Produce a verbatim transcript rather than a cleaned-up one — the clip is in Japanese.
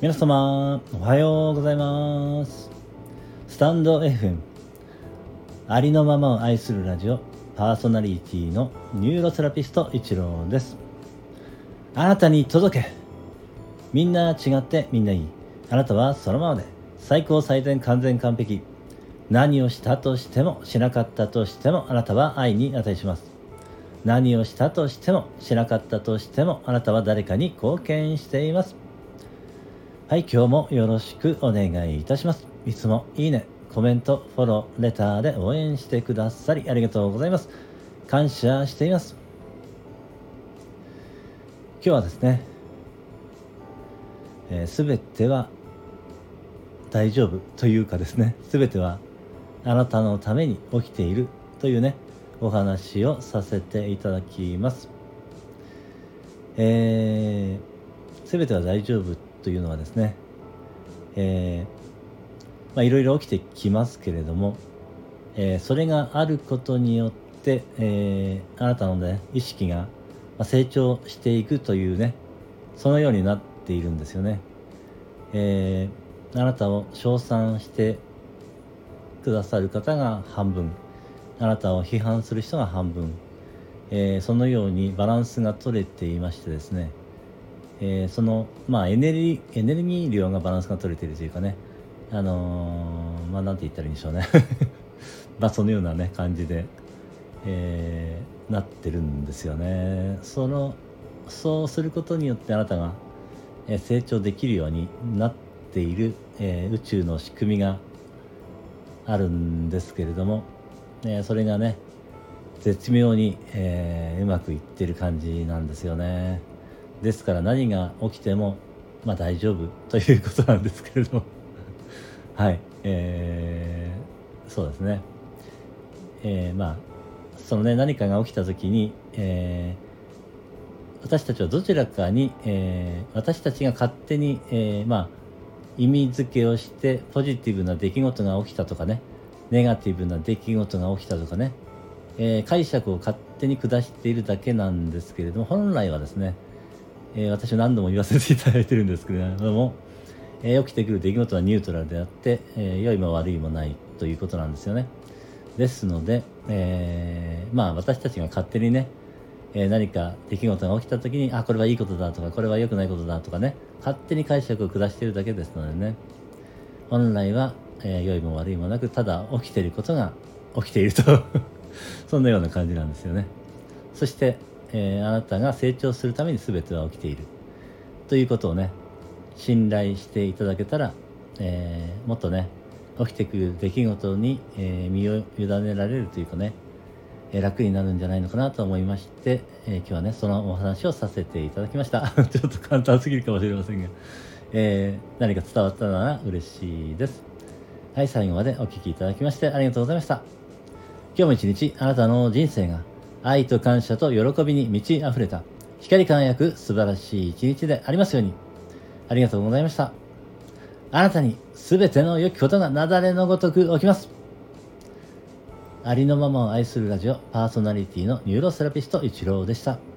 皆様おはようございます。スタンド エフエム ありのままを愛するラジオパーソナリティのニューロセラピスト一郎です。あなたに届け、みんな違ってみんないい、あなたはそのままで最高最善完全完璧、何をしたとしてもしなかったとしてもあなたは愛に値します。何をしたとしてもしなかったとしてもあなたは誰かに貢献しています。はい、今日もよろしくお願いいたします。いつもいいね、コメント、フォロー、レターで応援してくださりありがとうございます。感謝しています。今日はですね、すべ、えー、ては大丈夫というかですね、すべてはあなたのために起きているというね、お話をさせていただきます。えー、すべては大丈夫というのはですね、えー、まあいろいろ起きてきますけれども、えー、それがあることによって、えー、あなたの、ね、意識が成長していくというね、そのようになっているんですよね。えー、あなたを称賛してくださる方が半分、あなたを批判する人が半分、えー、そのようにバランスが取れていましてですね、えー、その、まあ、エネルギー、エネルギー量がバランスが取れているというかね、あのー、まあ、なんて言ったらいいんでしょうね。まあ、そのようなね、感じで、えー、なってるんですよね。その、そうすることによってあなたが、えー、成長できるようになっている、えー、宇宙の仕組みがあるんですけれども、えー、それがね、絶妙に、えー、うまくいってる感じなんですよね。ですから何が起きてもまあ大丈夫ということなんですけれどはい、えー、そうですね、えー、まあそのね、何かが起きた時に、えー、私たちはどちらかに、えー、私たちが勝手に、えー、まあ意味付けをしてポジティブな出来事が起きたとかね、ネガティブな出来事が起きたとかね、えー、解釈を勝手に下しているだけなんですけれども、本来はですね、えー、私は何度も言わせていただいてるんですけれども、えー、起きてくる出来事はニュートラルであって、えー、良いも悪いもないということなんですよね。ですので、えー、まあ私たちが勝手にね、えー、何か出来事が起きた時に、あ、これはいいことだとか、これは良くないことだとかね、勝手に解釈を下しているだけですのでね、本来は、えー、良いも悪いもなく、ただ起きていることが起きているとそんなような感じなんですよね。そして、えー、あなたが成長するために全ては起きているということをね、信頼していただけたら、えー、もっとね、起きてくる出来事に、えー、身を委ねられるというかね、えー、楽になるんじゃないのかなと思いまして、えー、今日はね、そのお話をさせていただきました。ちょっと簡単すぎるかもしれませんが、えー、何か伝わったなら嬉しいです。はい、最後までお聞きいただきましてありがとうございました。今日も一日あなたの人生が愛と感謝と喜びに満ち溢れた光り輝く素晴らしい一日でありますように。ありがとうございました。あなたに全ての良きことが雪崩のごとく起きます。ありのままを愛するラジオパーソナリティのニューロセラピスト一郎でした。